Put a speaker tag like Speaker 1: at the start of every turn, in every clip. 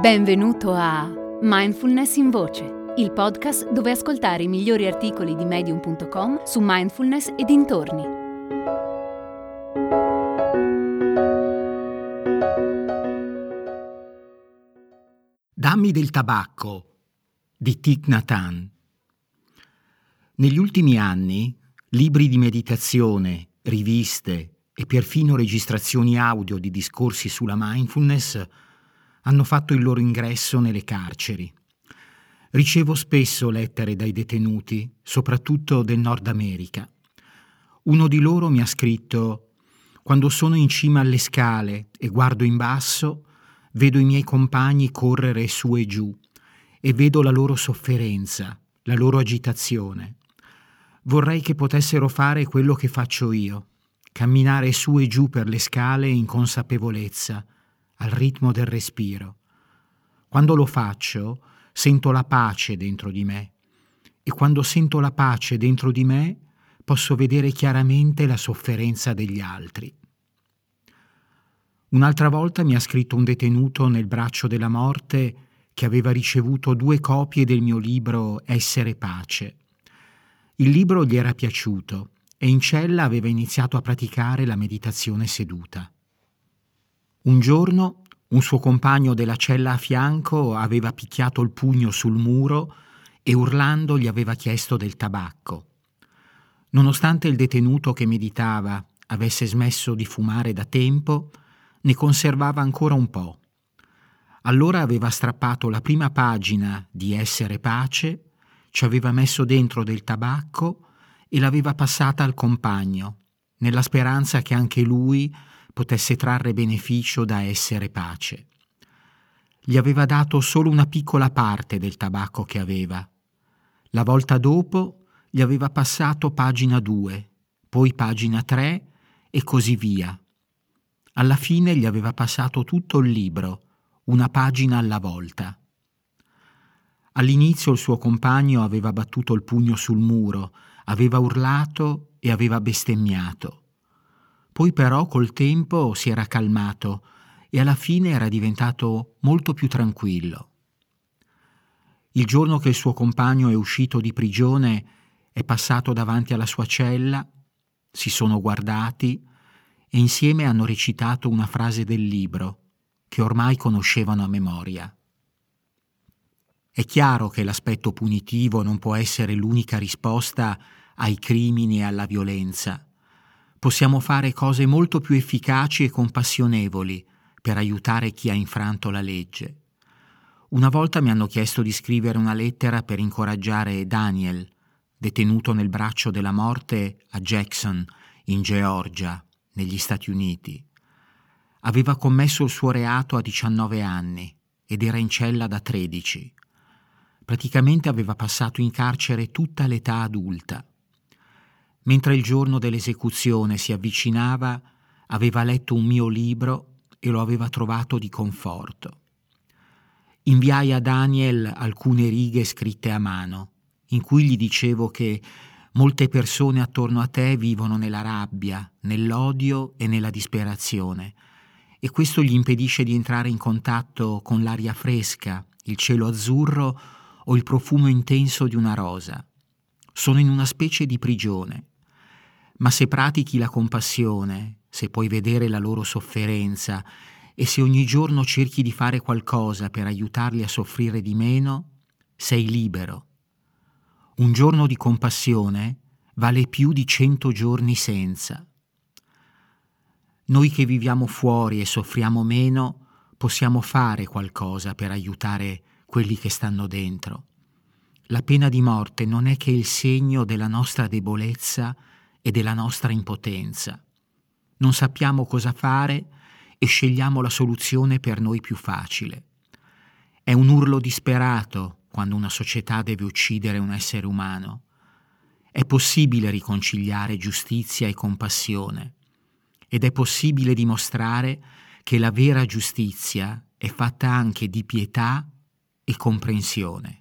Speaker 1: Benvenuto a Mindfulness in Voce, il podcast dove ascoltare i migliori articoli di Medium.com su mindfulness e dintorni.
Speaker 2: Dammi del tabacco di Thich Nhat Hanh. Negli ultimi anni, libri di meditazione, riviste e perfino registrazioni audio di discorsi sulla mindfulness hanno fatto il loro ingresso nelle carceri. Ricevo spesso lettere dai detenuti, soprattutto del Nord America. Uno di loro mi ha scritto: «Quando sono in cima alle scale e guardo in basso, vedo i miei compagni correre su e giù e vedo la loro sofferenza, la loro agitazione. Vorrei che potessero fare quello che faccio io, camminare su e giù per le scale in consapevolezza, al ritmo del respiro. Quando lo faccio, sento la pace dentro di me e quando sento la pace dentro di me, posso vedere chiaramente la sofferenza degli altri». Un'altra volta mi ha scritto un detenuto nel braccio della morte che aveva ricevuto 2 copie del mio libro Essere Pace. Il libro gli era piaciuto e in cella aveva iniziato a praticare la meditazione seduta. Un giorno un suo compagno della cella a fianco aveva picchiato il pugno sul muro e urlando gli aveva chiesto del tabacco. Nonostante il detenuto che meditava avesse smesso di fumare da tempo, ne conservava ancora un po'. Allora aveva strappato la prima pagina di Essere Pace, ci aveva messo dentro del tabacco e l'aveva passata al compagno, nella speranza che anche lui potesse trarre beneficio da Essere Pace. Gli aveva dato solo una piccola parte del tabacco che aveva. La volta dopo gli aveva passato pagina 2, poi pagina 3 e così via. Alla fine gli aveva passato tutto il libro, una pagina alla volta. All'inizio il suo compagno aveva battuto il pugno sul muro, aveva urlato e aveva bestemmiato. Poi però col tempo si era calmato e alla fine era diventato molto più tranquillo. Il giorno che il suo compagno è uscito di prigione è passato davanti alla sua cella, si sono guardati e insieme hanno recitato una frase del libro che ormai conoscevano a memoria. È chiaro che l'aspetto punitivo non può essere l'unica risposta ai crimini e alla violenza. Possiamo fare cose molto più efficaci e compassionevoli per aiutare chi ha infranto la legge. Una volta mi hanno chiesto di scrivere una lettera per incoraggiare Daniel, detenuto nel braccio della morte a Jackson, in Georgia, negli Stati Uniti. Aveva commesso il suo reato a 19 anni ed era in cella da 13. Praticamente aveva passato in carcere tutta l'età adulta. Mentre il giorno dell'esecuzione si avvicinava, aveva letto un mio libro e lo aveva trovato di conforto. Inviai a Daniel alcune righe scritte a mano, in cui gli dicevo che molte persone attorno a te vivono nella rabbia, nell'odio e nella disperazione, e questo gli impedisce di entrare in contatto con l'aria fresca, il cielo azzurro o il profumo intenso di una rosa. Sono in una specie di prigione. Ma se pratichi la compassione, se puoi vedere la loro sofferenza e se ogni giorno cerchi di fare qualcosa per aiutarli a soffrire di meno, sei libero. Un giorno di compassione vale più di 100 giorni senza. Noi che viviamo fuori e soffriamo meno possiamo fare qualcosa per aiutare quelli che stanno dentro. La pena di morte non è che il segno della nostra debolezza e della nostra impotenza. Non sappiamo cosa fare e scegliamo la soluzione per noi più facile. È un urlo disperato quando una società deve uccidere un essere umano. È possibile riconciliare giustizia e compassione ed è possibile dimostrare che la vera giustizia è fatta anche di pietà e comprensione.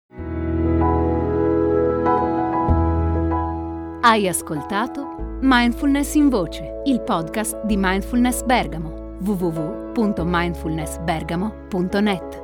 Speaker 1: Hai ascoltato Mindfulness in Voce, il podcast di Mindfulness Bergamo, www.mindfulnessbergamo.net.